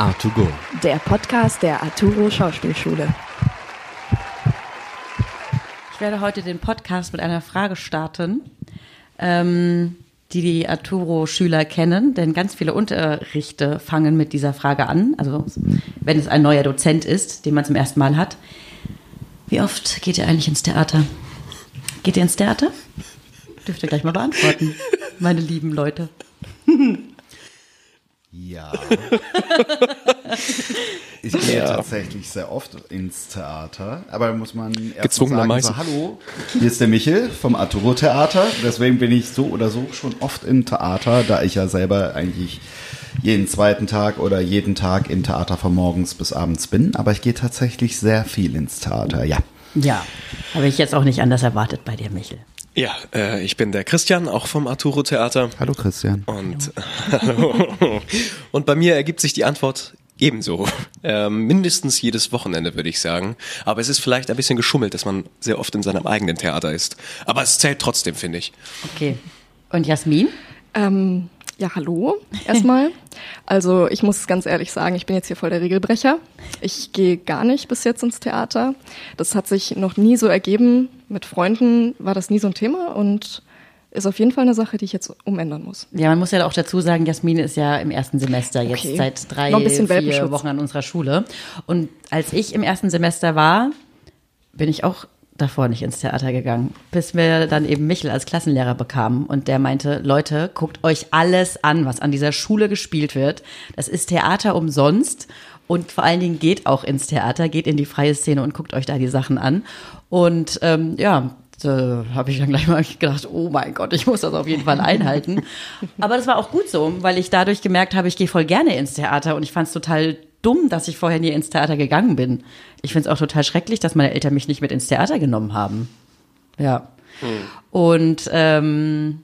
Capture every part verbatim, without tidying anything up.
A to Go, der Podcast der Arturo Schauspielschule. Ich werde heute den Podcast mit einer Frage starten, ähm, die die Arturo-Schüler kennen, denn ganz viele Unterrichte fangen mit dieser Frage an. Also wenn es ein neuer Dozent ist, den man zum ersten Mal hat. Wie oft geht ihr eigentlich ins Theater? Geht ihr ins Theater? Dürft ihr gleich mal beantworten, meine lieben Leute. Ja. Ich gehe ja. tatsächlich sehr oft ins Theater, aber da muss man erst mal sagen, so, hallo, hier ist der Michel vom Arturo Theater, deswegen bin ich so oder so schon oft im Theater, da ich ja selber eigentlich jeden zweiten Tag oder jeden Tag im Theater von morgens bis abends bin, aber ich gehe tatsächlich sehr viel ins Theater, ja. Ja, habe ich jetzt auch nicht anders erwartet bei dir, Michel. Ja, äh, ich bin der Christian, auch vom Arturo Theater. Hallo Christian. Und, hallo. Und bei mir ergibt sich die Antwort ebenso. Ähm, mindestens jedes Wochenende, würde ich sagen. Aber es ist vielleicht ein bisschen geschummelt, dass man sehr oft in seinem eigenen Theater ist. Aber es zählt trotzdem, finde ich. Okay. Und Jasmin? Ähm, ja, hallo erstmal. Also ich muss ganz ehrlich sagen, ich bin jetzt hier voll der Regelbrecher. Ich gehe gar nicht bis jetzt ins Theater. Das hat sich noch nie so ergeben. Mit Freunden war das nie so ein Thema und ist auf jeden Fall eine Sache, die ich jetzt umändern muss. Ja, man muss ja auch dazu sagen, Jasmin ist ja im ersten Semester jetzt okay. seit drei, noch ein bisschen vier Wochen an unserer Schule. Und als ich im ersten Semester war, bin ich auch davor nicht ins Theater gegangen, bis wir dann eben Michel als Klassenlehrer bekamen und der meinte, Leute, guckt euch alles an, was an dieser Schule gespielt wird. Das ist Theater umsonst und vor allen Dingen geht auch ins Theater, geht in die freie Szene und guckt euch da die Sachen an. Und ähm, ja, da habe ich dann gleich mal gedacht, oh mein Gott, ich muss das auf jeden Fall einhalten. Aber das war auch gut so, weil ich dadurch gemerkt habe, ich gehe voll gerne ins Theater und ich fand es total dumm, dass ich vorher nie ins Theater gegangen bin. Ich finde es auch total schrecklich, dass meine Eltern mich nicht mit ins Theater genommen haben. Ja. Hm. Und ähm,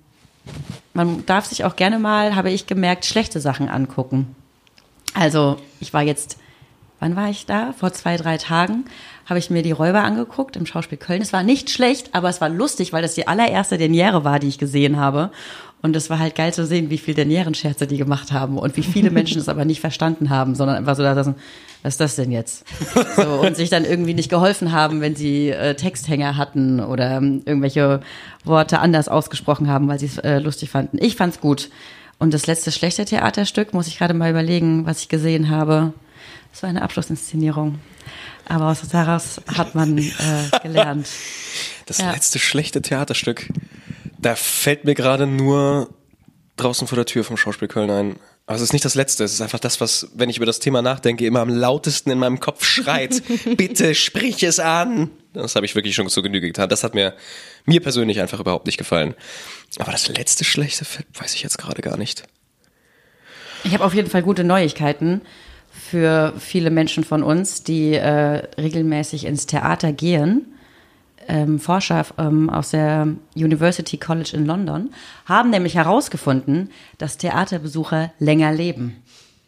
man darf sich auch gerne mal, habe ich gemerkt, schlechte Sachen angucken. Also ich war jetzt, wann war ich da? Vor zwei, drei Tagen habe ich mir die Räuber angeguckt im Schauspiel Köln. Es war nicht schlecht, aber es war lustig, weil das die allererste Derniere war, die ich gesehen habe. Und es war halt geil zu sehen, wie viel Dernierenscherze die gemacht haben und wie viele Menschen es aber nicht verstanden haben, sondern einfach so da saßen, was ist das denn jetzt? So, und sich dann irgendwie nicht geholfen haben, wenn sie äh, Texthänger hatten oder ähm, irgendwelche Worte anders ausgesprochen haben, weil sie es äh, lustig fanden. Ich fand's gut. Und das letzte schlechte Theaterstück, muss ich gerade mal überlegen, was ich gesehen habe. Das war eine Abschlussinszenierung. Aber aus daraus hat man äh, gelernt. Das ja. letzte schlechte Theaterstück. Da fällt mir gerade nur draußen vor der Tür vom Schauspiel Köln ein. Aber es ist nicht das Letzte. Es ist einfach das, was, wenn ich über das Thema nachdenke, immer am lautesten in meinem Kopf schreit. Bitte sprich es an. Das habe ich wirklich schon zur Genüge getan. Das hat mir, mir persönlich einfach überhaupt nicht gefallen. Aber das letzte schlechte weiß ich jetzt gerade gar nicht. Ich habe auf jeden Fall gute Neuigkeiten für viele Menschen von uns, die äh, regelmäßig ins Theater gehen. Ähm, Forscher ähm, aus der University College in London haben nämlich herausgefunden, dass Theaterbesucher länger leben.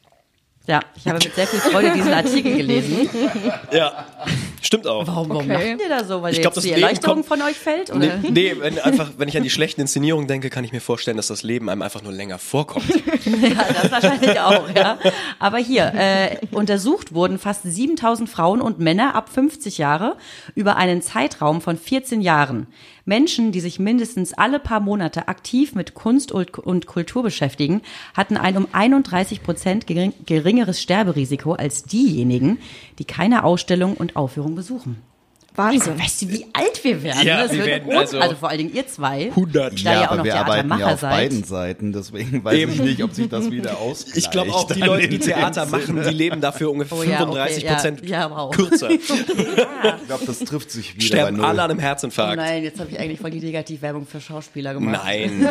Ja, ich habe mit sehr viel Freude diesen Artikel gelesen. Ja, stimmt auch. Warum, warum okay. macht ihr da so? Weil ich jetzt glaub, das die Leben Erleichterung kommt, von euch fällt? Oder? Nee, nee wenn, einfach, wenn ich an die schlechten Inszenierungen denke, kann ich mir vorstellen, dass das Leben einem einfach nur länger vorkommt. Ja, das wahrscheinlich auch, ja. Aber hier, äh, untersucht wurden fast siebentausend Frauen und Männer ab fünfzig Jahre über einen Zeitraum von vierzehn Jahren. Menschen, die sich mindestens alle paar Monate aktiv mit Kunst und Kultur beschäftigen, hatten ein um einunddreißig Prozent geringeres Sterberisiko als diejenigen, die keine Ausstellung und Aufführung besuchen. Wahnsinn. Also, weißt du, wie alt wir werden? Ja, das wir wird werden uns, also, also vor allen Dingen ihr zwei, hundert. da Ja, ihr aber auch noch wir arbeiten ja Theatermacher auf seid. beiden Seiten, deswegen weiß Eben. ich nicht, ob sich das wieder ausgleicht. Ich glaube auch, die Leute, die Theater machen, die leben dafür ungefähr Oh ja, fünfunddreißig Prozent okay, ja, ja, wow. kürzer. Ich glaube, das trifft sich wieder Sterben bei null. alle an einem Oh Herzinfarkt. nein, jetzt habe ich eigentlich voll die Negativwerbung für Schauspieler gemacht. Nein.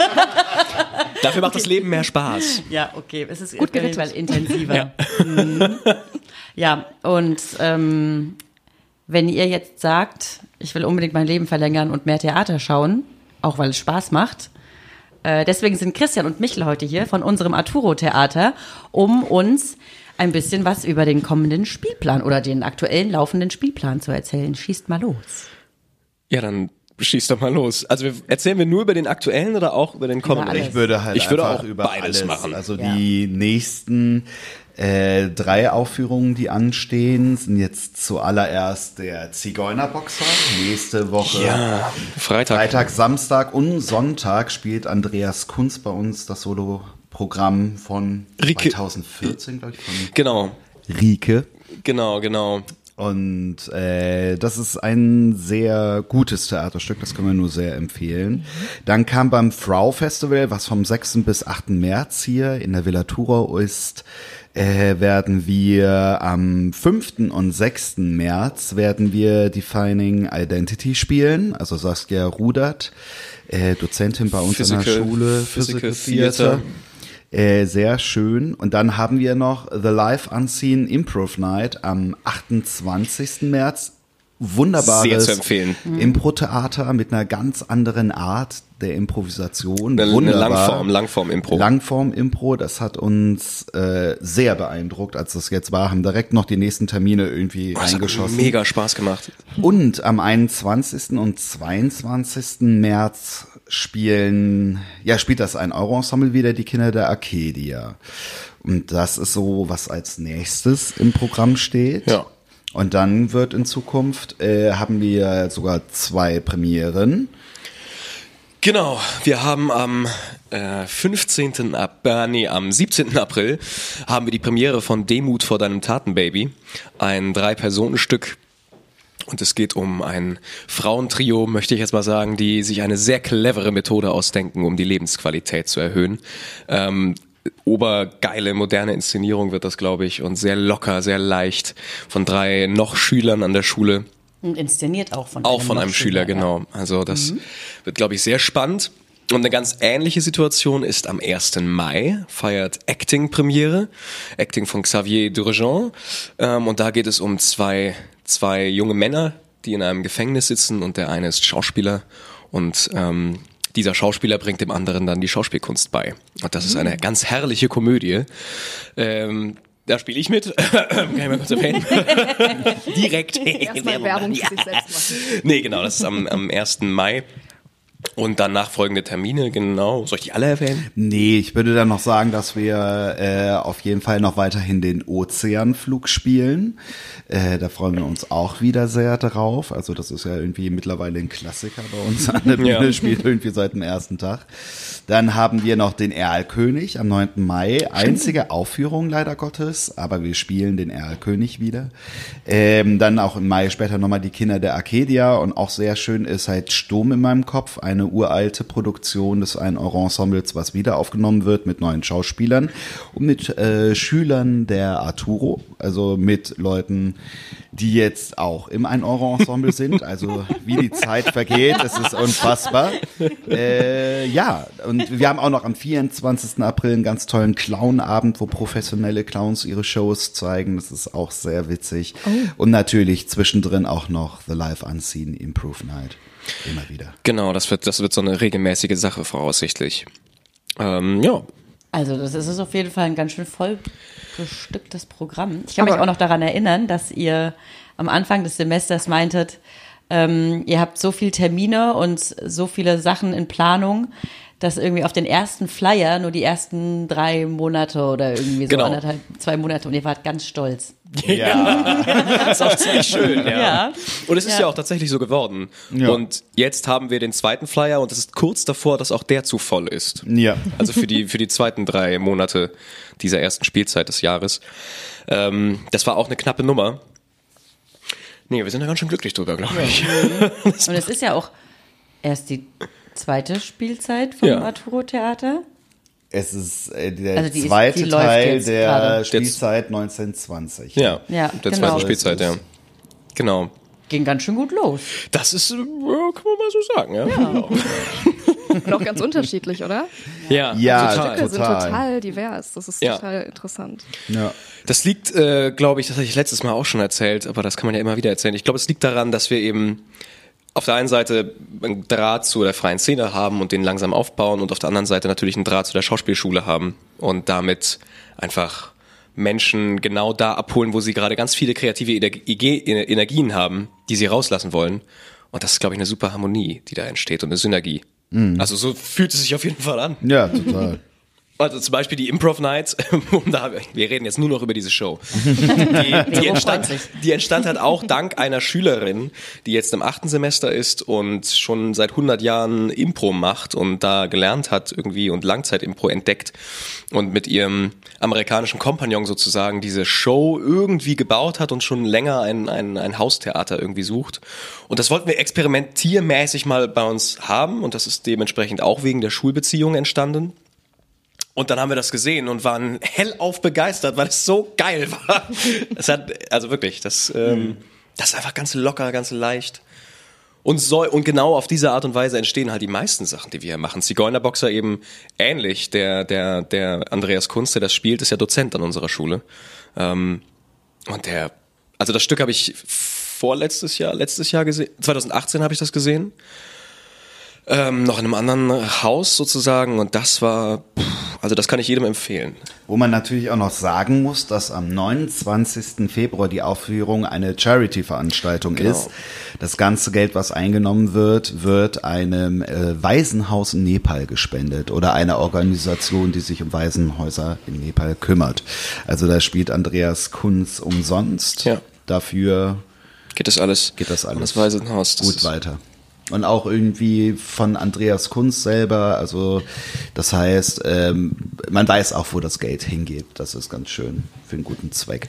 Dafür macht das Leben mehr Spaß. Ja, okay, es ist Gut auf jeden Fall gerettet. intensiver. Ja, mhm. Ja, und ähm, wenn ihr jetzt sagt, ich will unbedingt mein Leben verlängern und mehr Theater schauen, auch weil es Spaß macht, äh, deswegen sind Christian und Michel heute hier von unserem Arturo Theater, um uns ein bisschen was über den kommenden Spielplan oder den aktuellen laufenden Spielplan zu erzählen. Schießt mal los. Ja, dann schieß doch mal los. Also wir, erzählen wir nur über den aktuellen oder auch über den kommenden? alles. Ich würde halt ich würde einfach auch über beides alles machen. Also Ja. die nächsten äh, drei Aufführungen, die anstehen, sind jetzt zuallererst der Zigeunerboxer. Nächste Woche Ja, Freitag. Freitag, Samstag und Sonntag spielt Andreas Kunz bei uns das Solo-Programm von Rike. zweitausendvierzehn, glaube ich, von Genau, Rike. genau, genau. Und äh, das ist ein sehr gutes Theaterstück, das können wir nur sehr empfehlen. Dann kam beim Frau Festival, was vom sechsten bis achten März hier in der Villa Thurau ist, äh, werden wir am fünften und sechsten März werden wir Defining Identity spielen. Also Saskia Rudert, äh, Dozentin bei uns Physical- an der Schule, Physical Physical Theater. Theater. Äh, sehr schön. Und dann haben wir noch The Live Unseen Improv Night am achtundzwanzigsten März. Wunderbares Sehr zu empfehlen. Impro-Theater mit einer ganz anderen Art der Improvisation. Eine, eine Wunderbar. Langform, Langform-Impro. Langform-Impro, das hat uns äh, sehr beeindruckt, als das jetzt war. Haben direkt noch die nächsten Termine irgendwie Oh, das hat reingeschossen. mega Spaß gemacht. Und am einundzwanzigsten und zweiundzwanzigsten März spielen, ja, spielt das ein Euro-Ensemble wieder, die Kinder der Arcadia. Und das ist so, was als nächstes im Programm steht. Ja. Und dann wird in Zukunft, äh, haben wir sogar zwei Premieren. Genau, wir haben am äh, fünfzehnten Ab, äh, nee, am siebzehnten April haben wir die Premiere von Demut vor deinem Tatenbaby, ein Drei-Personen-Stück. Und es geht um ein Frauentrio, möchte ich jetzt mal sagen, die sich eine sehr clevere Methode ausdenken, um die Lebensqualität zu erhöhen. Ähm, obergeile, moderne Inszenierung wird das, glaube ich, und sehr locker, sehr leicht von drei noch Schülern an der Schule. Und inszeniert auch von Auch einem von einem noch Schüler, ja. genau. Also das wird, glaube ich, sehr spannend. Und eine ganz ähnliche Situation ist am ersten Mai, feiert Acting Premiere, Acting von Xavier Durgeon. Ähm, und da geht es um zwei, zwei junge Männer, die in einem Gefängnis sitzen, und der eine ist Schauspieler, und ähm, dieser Schauspieler bringt dem anderen dann die Schauspielkunst bei. Und das ist eine ganz herrliche Komödie. Ähm, da spiele ich mit. Kann ich mal kurz erwähnen? Direkt. Erstmal Werbung für sich selbst machen. Nee, genau, das ist am, am ersten Mai. Und dann nachfolgende Termine, genau. Soll ich die alle erwähnen? Nee, ich würde dann noch sagen, dass wir äh, auf jeden Fall noch weiterhin den Ozeanflug spielen. Äh, da freuen wir uns auch wieder sehr drauf. Also das ist ja irgendwie mittlerweile ein Klassiker bei uns an der Bühne, Ja. spielt irgendwie seit dem ersten Tag. Dann haben wir noch den Erlkönig am neunten Mai. Einzige Aufführung leider Gottes, aber wir spielen den Erlkönig wieder. Ähm, dann auch im Mai später nochmal die Kinder der Arcadia, und auch sehr schön ist halt Sturm in meinem Kopf, eine uralte Produktion des ein Euro-Ensembles, was wieder aufgenommen wird mit neuen Schauspielern und mit äh, Schülern der Arturo, also mit Leuten, die jetzt auch im ein Euro-Ensemble sind. Also wie die Zeit vergeht, es ist unfassbar. Äh, ja, und wir haben auch noch am vierundzwanzigsten April einen ganz tollen Clown-Abend, wo professionelle Clowns ihre Shows zeigen. Das ist auch sehr witzig. Oh. Und natürlich zwischendrin auch noch The Live Unseen Improv Night. Immer wieder. Genau, das wird, das wird so eine regelmäßige Sache voraussichtlich. Ähm, ja. Also das ist auf jeden Fall ein ganz schön voll bestücktes Programm. Ich kann Aber- mich auch noch daran erinnern, dass ihr am Anfang des Semesters meintet, ähm, ihr habt so viele Termine und so viele Sachen in Planung, dass irgendwie auf den ersten Flyer nur die ersten drei Monate oder irgendwie so Genau. anderthalb, zwei Monate, und ihr wart ganz stolz. Ja. Das ist auch ziemlich schön, ja. Ja. Und es ist ja. Ja. auch tatsächlich so geworden. Ja. Und jetzt haben wir den zweiten Flyer, und es ist kurz davor, dass auch der zu voll ist. Ja. Also für die, für die zweiten drei Monate dieser ersten Spielzeit des Jahres. Ähm, das war auch eine knappe Nummer. Nee, wir sind da ganz schön glücklich drüber, glaube ich. Und es ist ja auch erst die zweite Spielzeit vom Ja. Arturo Theater. Es ist äh, der Also die ist- zweite die läuft Teil jetzt der gerade. Spielzeit neunzehn zwanzig. Ja, Ja, der genau. zweiten So Spielzeit, ist ja. es. Genau. Ging ganz schön gut los. Das ist, äh, kann man mal so sagen, ja. Ja, Und auch ganz unterschiedlich, oder? ja, Ja, total. Die sind Total. total divers. Das ist Ja. total interessant. Ja. Das liegt, äh, glaube ich, das hatte ich letztes Mal auch schon erzählt, aber das kann man ja immer wieder erzählen. Ich glaube, es liegt daran, dass wir eben auf der einen Seite einen Draht zu der freien Szene haben und den langsam aufbauen, und auf der anderen Seite natürlich einen Draht zu der Schauspielschule haben und damit einfach Menschen genau da abholen, wo sie gerade ganz viele kreative Ener- Ige- Energien haben, die sie rauslassen wollen. Und das ist, glaube ich, eine super Harmonie, die da entsteht und eine Synergie. Mhm. Also so fühlt es sich auf jeden Fall an. Ja, total. Also zum Beispiel die Improv Nights, wir reden jetzt nur noch über diese Show. Die, die, entstand, die entstand halt auch dank einer Schülerin, die jetzt im achten Semester ist und schon seit hundert Jahren Impro macht und da gelernt hat irgendwie und Langzeit-Impro entdeckt und mit ihrem amerikanischen Kompagnon sozusagen diese Show irgendwie gebaut hat und schon länger ein, ein, ein Haustheater irgendwie sucht. Und das wollten wir experimentiermäßig mal bei uns haben und das ist dementsprechend auch wegen der Schulbeziehung entstanden. Und dann haben wir das gesehen und waren hellauf begeistert, weil es so geil war. Es hat, also wirklich, das, ähm, das ist einfach ganz locker, ganz leicht. Und so, und genau auf diese Art und Weise entstehen halt die meisten Sachen, die wir hier machen. Zigeunerboxer eben ähnlich. Der, der, der Andreas Kunz, der das spielt, ist ja Dozent an unserer Schule. Ähm, und der, also das Stück habe ich vorletztes Jahr, letztes Jahr gesehen, zwanzig achtzehn habe ich das gesehen. Ähm, noch in einem anderen Haus sozusagen und das war, pff, also das kann ich jedem empfehlen. Wo man natürlich auch noch sagen muss, dass am neunundzwanzigsten Februar die Aufführung eine Charity-Veranstaltung genau. ist. Das ganze Geld, was eingenommen wird, wird einem äh, Waisenhaus in Nepal gespendet oder einer Organisation, die sich um Waisenhäuser in Nepal kümmert. Also da spielt Andreas Kunz umsonst. Ja. Dafür geht das alles. Geht das alles. Das Waisenhaus. Das gut weiter. Und auch irgendwie von Andreas Kunz selber, also das heißt, ähm, man weiß auch, wo das Geld hingeht. Das ist ganz schön für einen guten Zweck.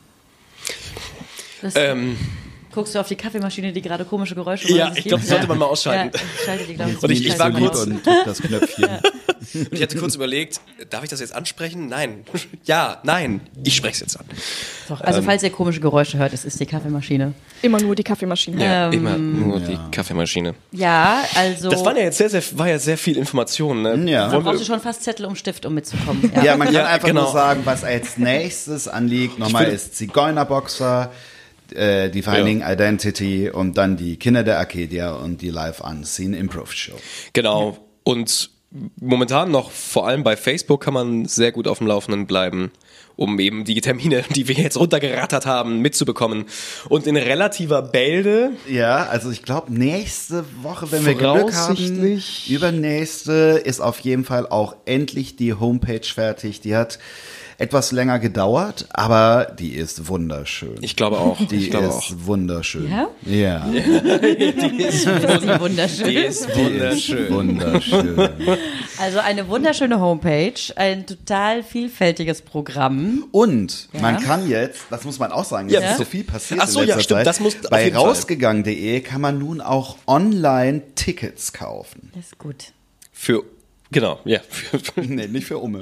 Ähm, guckst du auf die Kaffeemaschine, die gerade komische Geräusche macht? Ja, ich glaube, die sollte man mal ausschalten. Ja, ich schalte die, glaube ich, und ich, ich war kurz und drück das Knöpfchen. Ja. Und ich hatte kurz überlegt, darf ich das jetzt ansprechen? Nein. Ja, nein. Ich spreche es jetzt an. Doch, also ähm, falls ihr komische Geräusche hört, es ist die Kaffeemaschine. Immer nur die Kaffeemaschine. Ja, ähm, immer nur ja. die Kaffeemaschine. Ja, also... Das waren ja jetzt sehr, sehr, war ja sehr viel Information. Ne? Ja. Da brauchst du schon fast Zettel und Stift, um mitzukommen. Ja, ja man kann ja, einfach genau. nur sagen, was als nächstes anliegt. Nochmal ist Zigeunerboxer, äh, die Finding ja. Identity und dann die Kinder der Arcadia und die Live Unseen Improv Show. Genau. Und momentan noch, vor allem bei Facebook, kann man sehr gut auf dem Laufenden bleiben, um eben die Termine, die wir jetzt runtergerattert haben, mitzubekommen. Und in relativer Bälde. Ja, also ich glaube, nächste Woche, wenn wir Glück haben, übernächste ist auf jeden Fall auch endlich die Homepage fertig. Die hat etwas länger gedauert, aber die ist wunderschön. Ich glaube auch. Die ich glaube ist auch. wunderschön. Ja? Ja. die ist die wunderschön. Die ist wunderschön. Die ist wunderschön. Also eine wunderschöne Homepage, ein total vielfältiges Programm. Und ja. man kann jetzt, das muss man auch sagen, ja. es ist so viel passiert Ach so, in letzter ja, stimmt, Zeit. das muss bei rausgegangen punkt de kann man nun auch online Tickets kaufen. Das ist gut. Für Genau, ja. Nee, nicht für Umme.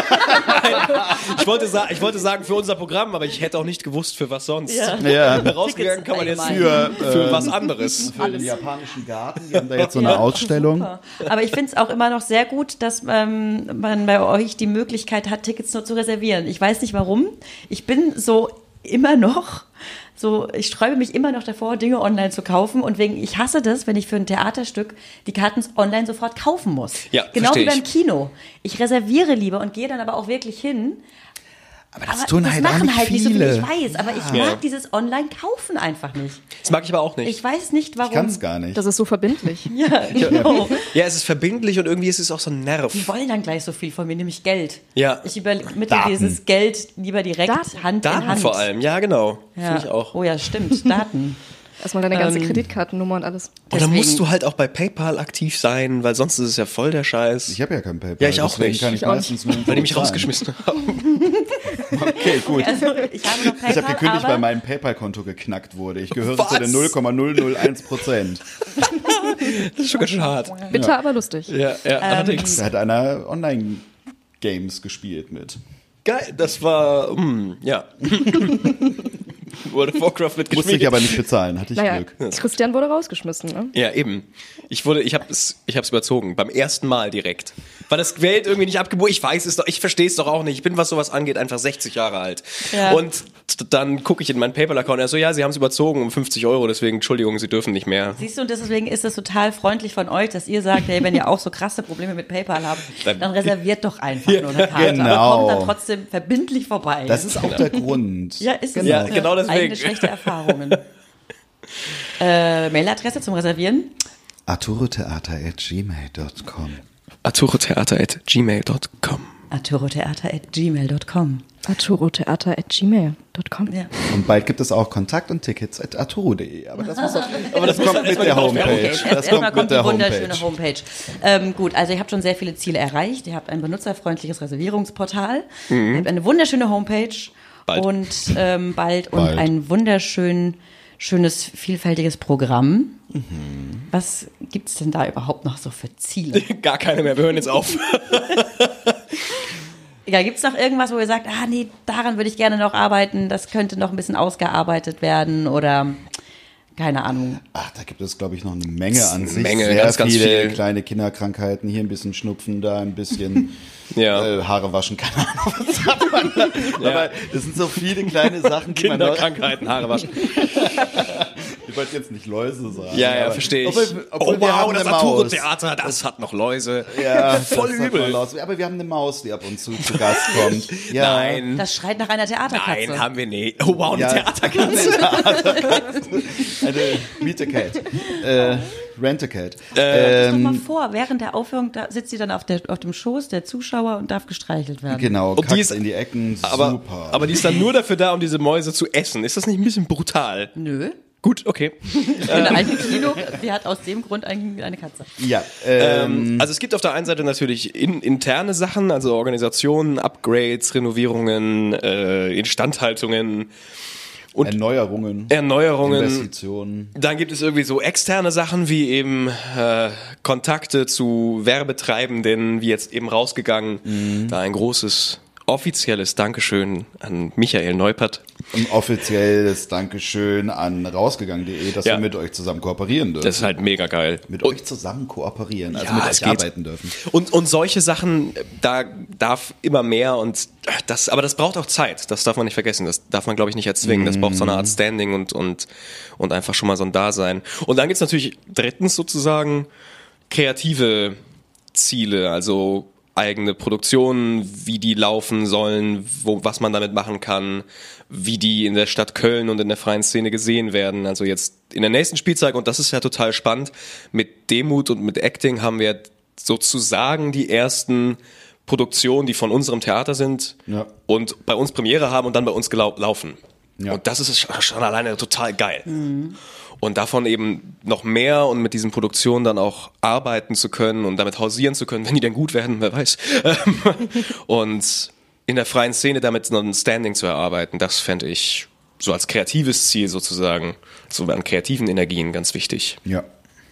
ich, wollte sa- ich wollte sagen für unser Programm, aber ich hätte auch nicht gewusst, für was sonst. Ja. Ja. Rausgegangen kann man jetzt für, für äh, was anderes. Für den japanischen Garten, die haben da jetzt so eine ja, Ausstellung. Super. Aber ich finde es auch immer noch sehr gut, dass ähm, man bei euch die Möglichkeit hat, Tickets nur zu reservieren. Ich weiß nicht warum. Ich bin so immer noch So, ich sträube mich immer noch davor, Dinge online zu kaufen und wegen, ich hasse das, wenn ich für ein Theaterstück die Karten online sofort kaufen muss. Ja, genau wie ich. beim Kino. Ich reserviere lieber und gehe dann aber auch wirklich hin. Aber das aber tun das halt machen auch nicht halt nicht so viele. viel, ich weiß, aber ich Ja. mag dieses Online-Kaufen einfach nicht. Das mag ich aber auch nicht. Ich weiß nicht, warum. Ich kann es gar nicht. Das ist so verbindlich. Ja, genau. Ja, es ist verbindlich und irgendwie ist es auch so ein Nerv. Die wollen dann gleich so viel von mir, nämlich Geld. Ja. Ich übermittle Daten. dieses Geld lieber direkt Daten. Hand Daten in Hand. vor allem, ja genau. Ja. Finde ich auch. Oh ja, stimmt, Daten. Erstmal deine ganze Ähm, Kreditkartennummer und alles. Und dann Deswegen- musst du halt auch bei PayPal aktiv sein, weil sonst ist es ja voll der Scheiß. Ich habe ja kein PayPal. Ja, ich auch deswegen nicht. Kann ich, Ich auch meistens nur weil die mich zahlen. rausgeschmissen haben. Okay, gut. Also, ich habe noch PayPal, Ich habe gekündigt, aber weil mein PayPal-Konto geknackt wurde. Ich gehöre Was? zu den null Komma null null eins Prozent. Das ist schon ganz schön hart. Bitter, aber lustig. Ja, ja, allerdings. Da hat einer Online-Games gespielt mit. Geil, das war, mm, ja. World of Warcraft wird Musste ich gespielt. aber nicht bezahlen, hatte ich Naja, Glück. Christian wurde rausgeschmissen, ne? Ja, eben. Ich wurde, ich habe es, ich habe es überzogen. Beim ersten Mal direkt. Weil das Geld irgendwie nicht abgebucht. Ich weiß es doch, ich verstehe es doch auch nicht. Ich bin, was sowas angeht, einfach sechzig Jahre alt. Ja. Und dann gucke ich in meinen PayPal-Account. Er so, ja, Sie haben es überzogen um fünfzig Euro, deswegen, Entschuldigung, Sie dürfen nicht mehr. siehst du, und deswegen ist es total freundlich von euch, dass ihr sagt, hey, wenn ihr auch so krasse Probleme mit PayPal habt, Dann- dann reserviert doch einfach nur eine Karte. Genau. Aber kommt dann trotzdem verbindlich vorbei. Das ist auch der Grund. ja, ist es. Ja, genau deswegen. Eigene schlechte Erfahrungen. Äh, Mailadresse zum Reservieren? arturotheater at gmail dot com arturotheater at gmail dot com arturotheater at gmail dot com arturotheater at gmail dot com Ja. Und bald gibt es auch Kontakt und Tickets at arturo punkt de. Aber das, muss auch, aber das kommt mit der Homepage. Okay, Das erstmal kommt kommt mit die der wunderschöne Homepage. Homepage. Ähm, gut, also ihr habt schon sehr viele Ziele erreicht. Ihr habt ein benutzerfreundliches Reservierungsportal. Mhm. Ihr habt eine wunderschöne Homepage. Bald. Und ähm, bald und Bald. ein wunderschön schönes, vielfältiges Programm. Mhm. Was gibt's denn da überhaupt noch so für Ziele? Gar keine mehr, wir hören jetzt auf. Ja, gibt's noch irgendwas, wo ihr sagt, ah nee, daran würde ich gerne noch arbeiten, das könnte noch ein bisschen ausgearbeitet werden oder keine Ahnung. Ach, da gibt es, glaube ich, noch eine Menge an sich. Menge, Sehr ganz, ganz viele viel. kleine Kinderkrankheiten. Hier ein bisschen Schnupfen, da ein bisschen Ja. äh, Haare waschen, keine Ahnung, was hat man da. Aber das sind so viele kleine Sachen, die man... Kinderkrankheiten, Haare waschen. Ich wollte jetzt nicht Läuse sagen. Ja, ja, aber- verstehe ich. Obwohl, obwohl oh wir wow, haben das eine Maus. Arturo-Theater, das hat noch Läuse. Ja, voll das hat übel. man laut. Aber wir haben eine Maus, die ab und zu zu Gast kommt. Ja. Nein, Das schreit nach einer Theaterkatze. nein, haben wir nicht. Oh wow, eine Ja. Theaterkatze. Eine Meet a Cat. Äh, Rent a Cat. Stell dir mal Ähm, vor, während der Aufführung da sitzt sie dann auf, der, auf dem Schoß der Zuschauer und darf gestreichelt werden. genau, Und die kackt ist- in die Ecken, Aber, super. aber die ist dann nur dafür da, um diese Mäuse zu essen. Ist das nicht ein bisschen brutal? Nö. Gut, okay. In einem Kino, die hat aus dem Grund ein, eine Katze. ja, ähm, Ähm, also es gibt auf der einen Seite natürlich in, interne Sachen, also Organisationen, Upgrades, Renovierungen, äh, Instandhaltungen und Erneuerungen, Erneuerungen. Investitionen. Dann gibt es irgendwie so externe Sachen wie eben äh, Kontakte zu Werbetreibenden, wie jetzt eben rausgegangen. Mhm. Da ein großes offizielles Dankeschön an Michael Neupert. Ein offizielles Dankeschön an rausgegangen punkt de, dass Ja. wir mit euch zusammen kooperieren dürfen. Das ist halt mega geil. mit euch zusammen kooperieren, also Ja, mit es euch geht. arbeiten dürfen. Und, und solche Sachen, da darf immer mehr und das, aber das braucht auch Zeit. Das darf man nicht vergessen. Das darf man, glaube ich, nicht erzwingen. Das braucht so eine Art Standing und, und, und einfach schon mal so ein Dasein. Und dann gibt's natürlich drittens sozusagen kreative Ziele, also eigene Produktionen, wie die laufen sollen, wo, was man damit machen kann, wie die in der Stadt Köln und in der freien Szene gesehen werden. Also jetzt in der nächsten Spielzeit, und das ist ja total spannend, mit Demut und mit Acting haben wir sozusagen die ersten Produktionen, die von unserem Theater sind Ja. und bei uns Premiere haben und dann bei uns gelau- laufen. Ja. Und das ist schon alleine total geil. Und davon eben noch mehr und mit diesen Produktionen dann auch arbeiten zu können und damit hausieren zu können, wenn die denn gut werden, wer weiß. Und in der freien Szene damit noch ein Standing zu erarbeiten, das fände ich so als kreatives Ziel sozusagen, so an kreativen Energien ganz wichtig. Ja.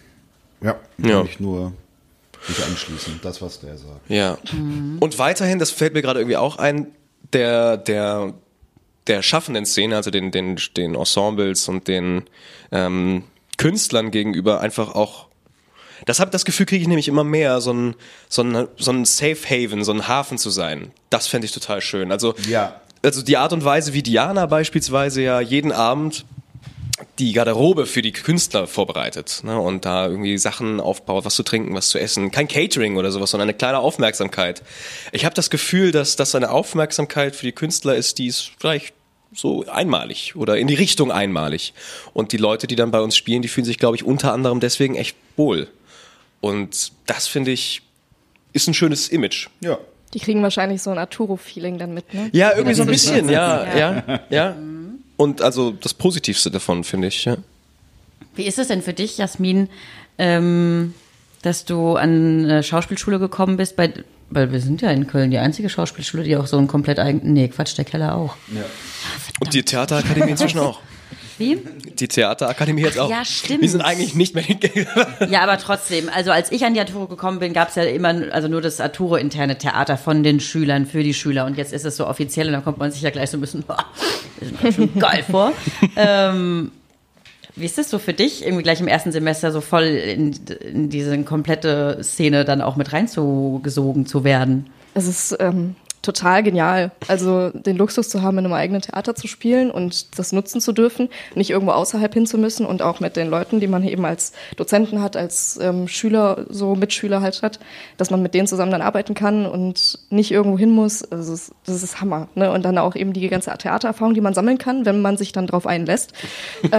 Ja, Ja. kann ich nur mich anschließen, das, was der sagt. Ja. Und weiterhin, das fällt mir gerade irgendwie auch ein, der, der, der schaffenden Szene, also den, den, den Ensembles und den ähm, Künstlern gegenüber einfach auch, das hab, das Gefühl kriege ich nämlich immer mehr, so ein, so ein, so ein Safe Haven, so ein Hafen zu sein. Das fände ich total schön. Also, Ja. also die Art und Weise, wie Diana beispielsweise ja jeden Abend die Garderobe für die Künstler vorbereitet, ne, und da irgendwie Sachen aufbaut, was zu trinken, was zu essen. Kein Catering oder sowas, sondern eine kleine Aufmerksamkeit. Ich habe das Gefühl, dass das eine Aufmerksamkeit für die Künstler ist, die ist vielleicht so einmalig oder in die Richtung einmalig. Und die Leute, die dann bei uns spielen, die fühlen sich, glaube ich, unter anderem deswegen echt wohl. Und das, finde ich, ist ein schönes Image. Ja. Die kriegen wahrscheinlich so ein Arturo-Feeling dann mit, ne? Ja, irgendwie so ein Das ist bisschen, ja, Ja. ja, ja. Und also das Positivste davon, finde ich, ja. Wie ist es denn für dich, Jasmin, ähm, dass du an eine Schauspielschule gekommen bist? Bei, weil wir sind ja in Köln die einzige Schauspielschule, die auch so einen komplett eigenen... Nee, Quatsch, der Keller auch. Ja. Und die Theaterakademie inzwischen auch. Wie? Die Theaterakademie jetzt auch. ja, stimmt. Wir sind eigentlich nicht mehr Ja, aber trotzdem. Also als ich an die Arturo gekommen bin, gab es ja immer also nur das Arturo-interne Theater von den Schülern für die Schüler. Und jetzt ist es so offiziell und da kommt man sich ja gleich so ein bisschen boah, das ist mir schon geil vor. ähm, wie ist das so für dich, irgendwie gleich im ersten Semester so voll in, in diese komplette Szene dann auch mit reinzugesogen zu werden? Es ist ähm, total genial. Also den Luxus zu haben, in einem eigenen Theater zu spielen und das nutzen zu dürfen, nicht irgendwo außerhalb hin zu müssen und auch mit den Leuten, die man eben als Dozenten hat, als ähm, Schüler, so Mitschüler halt hat, dass man mit denen zusammen dann arbeiten kann und nicht irgendwo hin muss. Also das ist, das ist Hammer. Ne? Und dann auch eben die ganze Theatererfahrung, die man sammeln kann, wenn man sich dann drauf einlässt. ähm,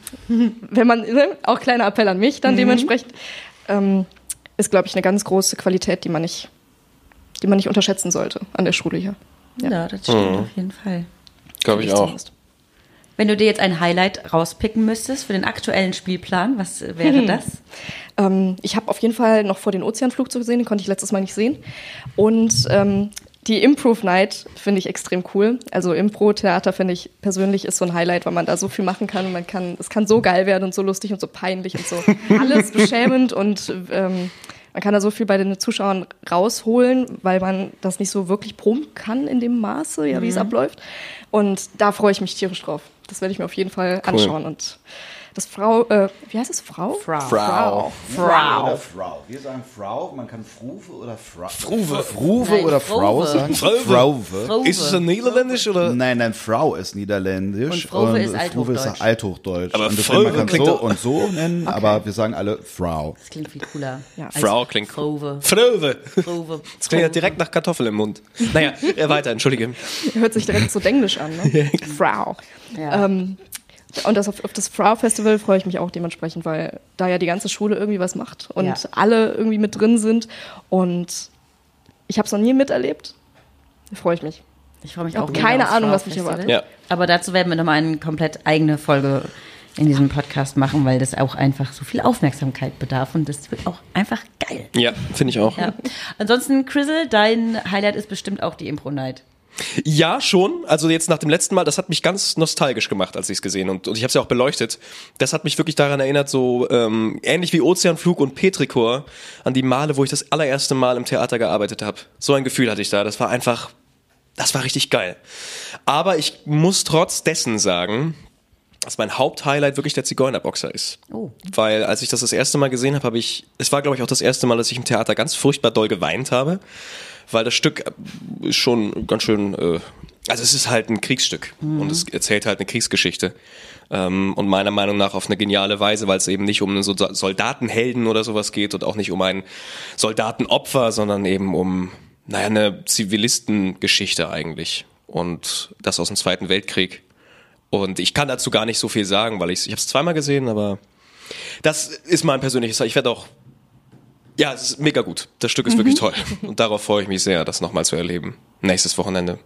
wenn man, ne, auch kleiner Appell an mich dann mhm. dementsprechend, ähm, ist, glaube ich, eine ganz große Qualität, die man nicht, die man nicht unterschätzen sollte an der Schule hier. Ja, ja das stimmt mhm. auf jeden Fall. Glaube ich auch. Wenn du dir jetzt ein Highlight rauspicken müsstest für den aktuellen Spielplan, was wäre hm. das? Ähm, ich habe auf jeden Fall noch vor, den Ozeanflug zu sehen, den konnte ich letztes Mal nicht sehen. Und ähm, die Improv Night finde ich extrem cool. Also Impro-Theater finde ich persönlich ist so ein Highlight, weil man da so viel machen kann. Man kann, es kann so geil werden und so lustig und so peinlich und so alles beschämend und ähm, man kann da so viel bei den Zuschauern rausholen, weil man das nicht so wirklich proben kann in dem Maße, ja, wie mhm. es abläuft. Und da freue ich mich tierisch drauf. Das werde ich mir auf jeden Fall cool. anschauen. Und das Frau, äh, wie heißt es? Frau? Frau. Frau. Frau. Oder Frau. Wir sagen Frau, man kann Fruve oder Frau. Fruve. Fruve Nein, oder Frauve. Frau sagen. Frauve. Frauve. Ist es ein Niederländisch oder? Nein, nein, Frau ist Niederländisch. Und Frauve ist Fruve ist Althochdeutsch. Althochdeutsch. Aber und deswegen, man Frauve kann klingt so doch- und so nennen, Okay. aber wir sagen alle Frau. Das klingt viel cooler. Ja. Frau klingt Frauve. Fröwe. Frauve. Das klingt ja direkt nach Kartoffel im Mund. Naja, äh, weiter, entschuldige. Hört sich direkt so denglisch an, ne? Frau. Ja. Ähm, und das auf, auf das Frau-Festival freue ich mich auch dementsprechend, weil da ja die ganze Schule irgendwie was macht und Ja. alle irgendwie mit drin sind. Und ich habe es noch nie miterlebt. Da freue ich mich. Ich freue mich Ich auch. habe mega keine aufs Ahnung, was mich Frau-Festival. erwartet. Ja. Aber dazu werden wir nochmal eine komplett eigene Folge in diesem Podcast machen, weil das auch einfach so viel Aufmerksamkeit bedarf und das wird auch einfach geil. Ja, finde ich auch. Ja. Ansonsten, Chrisel, dein Highlight ist bestimmt auch die Impro-Night. Ja, schon. Also jetzt nach dem letzten Mal, das hat mich ganz nostalgisch gemacht, als ich es gesehen und, und ich habe es ja auch beleuchtet. Das hat mich wirklich daran erinnert, so ähm, ähnlich wie Ozeanflug und Petrichor, an die Male, wo ich das allererste Mal im Theater gearbeitet habe. So ein Gefühl hatte ich da. Das war einfach, das war richtig geil. Aber ich muss trotz dessen sagen, dass mein Haupthighlight wirklich der Zigeunerboxer ist. Oh. Weil als ich das das erste Mal gesehen habe, habe ich, es war glaube ich auch das erste Mal, dass ich im Theater ganz furchtbar doll geweint habe. Weil das Stück ist schon ganz schön, äh, also es ist halt ein Kriegsstück mhm. und es erzählt halt eine Kriegsgeschichte ähm, und meiner Meinung nach auf eine geniale Weise, weil es eben nicht um einen Soldatenhelden oder sowas geht und auch nicht um ein Soldatenopfer, sondern eben um, naja, eine Zivilistengeschichte eigentlich und das aus dem Zweiten Weltkrieg. Und ich kann dazu gar nicht so viel sagen, weil ich ich habe es zweimal gesehen, aber das ist mein persönliches, ich werde auch Ja, es ist mega gut. Das Stück ist mhm. wirklich toll. Und darauf freue ich mich sehr, das nochmal zu erleben. Nächstes Wochenende.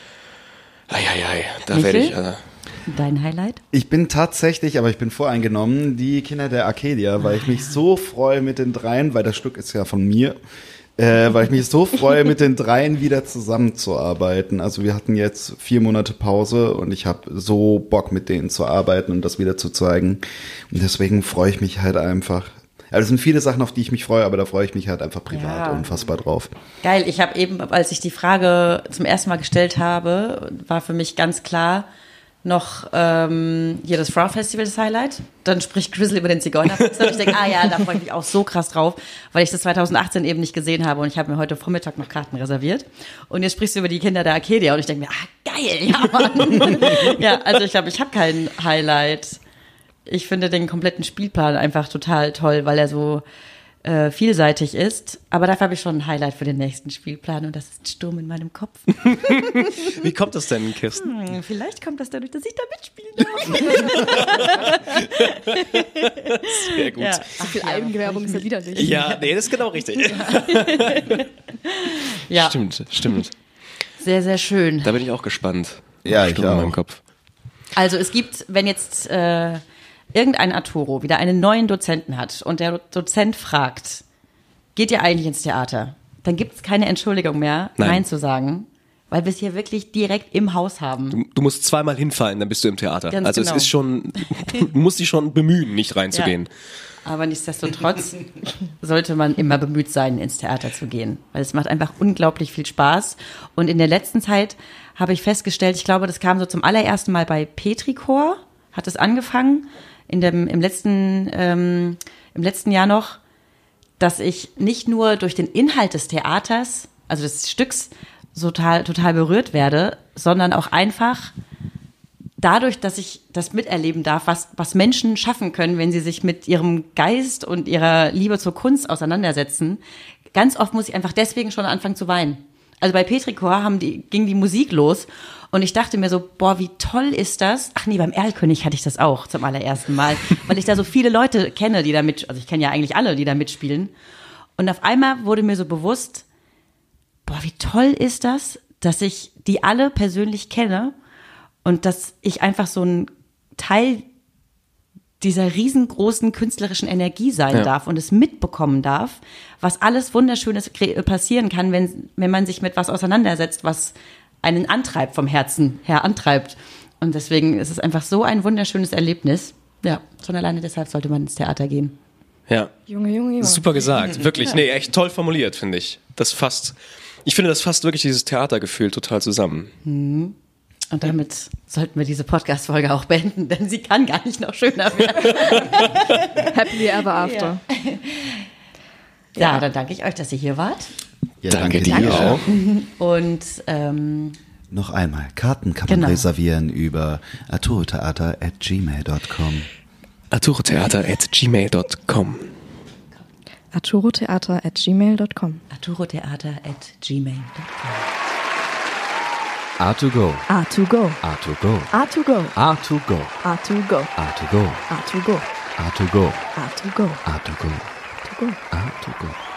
Eieiei, da Michel? werde ich... Äh, Dein Highlight? Ich bin tatsächlich, aber ich bin voreingenommen, die Kinder der Arcadia, weil ich mich so freue mit den dreien, weil das Stück ist ja von mir, äh, weil ich mich so freue, mit den dreien wieder zusammenzuarbeiten. Also wir hatten jetzt vier Monate Pause und ich habe so Bock, mit denen zu arbeiten und das wieder zu zeigen. Und deswegen freue ich mich halt einfach. Also es sind viele Sachen, auf die ich mich freue, aber da freue ich mich halt einfach privat Ja. unfassbar drauf. Geil, ich habe eben, als ich die Frage zum ersten Mal gestellt habe, war für mich ganz klar noch ähm, hier das Frau-Festival das Highlight. Dann spricht Chrisel über den Zigeunerboxer. Und ich denke, ah ja, da freue ich mich auch so krass drauf, weil ich das zwanzig achtzehn eben nicht gesehen habe und ich habe mir heute Vormittag noch Karten reserviert. Und jetzt sprichst du über die Kinder der Arcadia und ich denke mir, ah geil, ja Mann. Ja, also ich glaube, ich habe kein Highlight. Ich finde den kompletten Spielplan einfach total toll, weil er so äh, vielseitig ist. Aber dafür habe ich schon ein Highlight für den nächsten Spielplan und das ist ein Sturm in meinem Kopf. wie kommt das denn, Kirsten? Hm, vielleicht kommt das dadurch, dass ich da mitspielen darf. Sehr gut. Ja. So viel Eigenwerbung ist ja widerlich. Ja, nee, das ist genau richtig. Ja, Stimmt, stimmt. sehr, sehr schön. Da bin ich auch gespannt. Ja, ich Stimmt in auch. meinem Kopf. Also es gibt, wenn jetzt äh, irgendein Arturo wieder einen neuen Dozenten hat und der Dozent fragt, geht ihr eigentlich ins Theater? Dann gibt es keine Entschuldigung mehr, Nein. Nein zu sagen, weil wir es hier wirklich direkt im Haus haben. Du, du musst zweimal hinfallen, dann bist du im Theater. Ganz also genau. es ist schon, du musst dich schon bemühen, nicht reinzugehen. Ja. Aber nichtsdestotrotz sollte man immer bemüht sein, ins Theater zu gehen, weil es macht einfach unglaublich viel Spaß. Und in der letzten Zeit habe ich festgestellt, ich glaube, das kam so zum allerersten Mal bei Petrichor, hat es angefangen, in dem, im letzten, ähm, im letzten Jahr noch, dass ich nicht nur durch den Inhalt des Theaters, also des Stücks, total, total berührt werde, sondern auch einfach dadurch, dass ich das miterleben darf, was, was Menschen schaffen können, wenn sie sich mit ihrem Geist und ihrer Liebe zur Kunst auseinandersetzen. Ganz oft muss ich einfach deswegen schon anfangen zu weinen. Also bei Petrichor haben die, ging die Musik los und ich dachte mir so, boah, wie toll ist das? Ach nee, beim Erlkönig hatte ich das auch zum allerersten Mal, weil ich da so viele Leute kenne, die da mit, also ich kenne ja eigentlich alle, die da mitspielen. Und auf einmal wurde mir so bewusst, boah, wie toll ist das, dass ich die alle persönlich kenne und dass ich einfach so ein Teil dieser riesengroßen künstlerischen Energie sein ja. darf und es mitbekommen darf, was alles Wunderschönes passieren kann, wenn, wenn man sich mit was auseinandersetzt, was einen antreibt, vom Herzen her antreibt. Und deswegen ist es einfach so ein wunderschönes Erlebnis. Ja, schon alleine deshalb sollte man ins Theater gehen. Ja. Junge, Junge, Junge. Super gesagt, wirklich. Nee, echt toll formuliert, finde ich. Das fasst, ich finde, das fasst wirklich dieses Theatergefühl total zusammen. Mhm. Und damit sollten wir diese Podcast-Folge auch beenden, denn sie kann gar nicht noch schöner werden. Happily ever after. Ja, ja, dann danke ich euch, dass ihr hier wart. Ja, danke, danke dir auch. Und ähm, noch einmal, Karten kann man genau. reservieren über arturotheater at gmail dot com. arturotheater at gmail dot com. arturotheater at gmail dot com. arturotheater at gmail dot com. A to go. A to go. A to go. A to go. A to go. A to go. A to go. A to go. A to go. A to go. A to go. To go. A to go.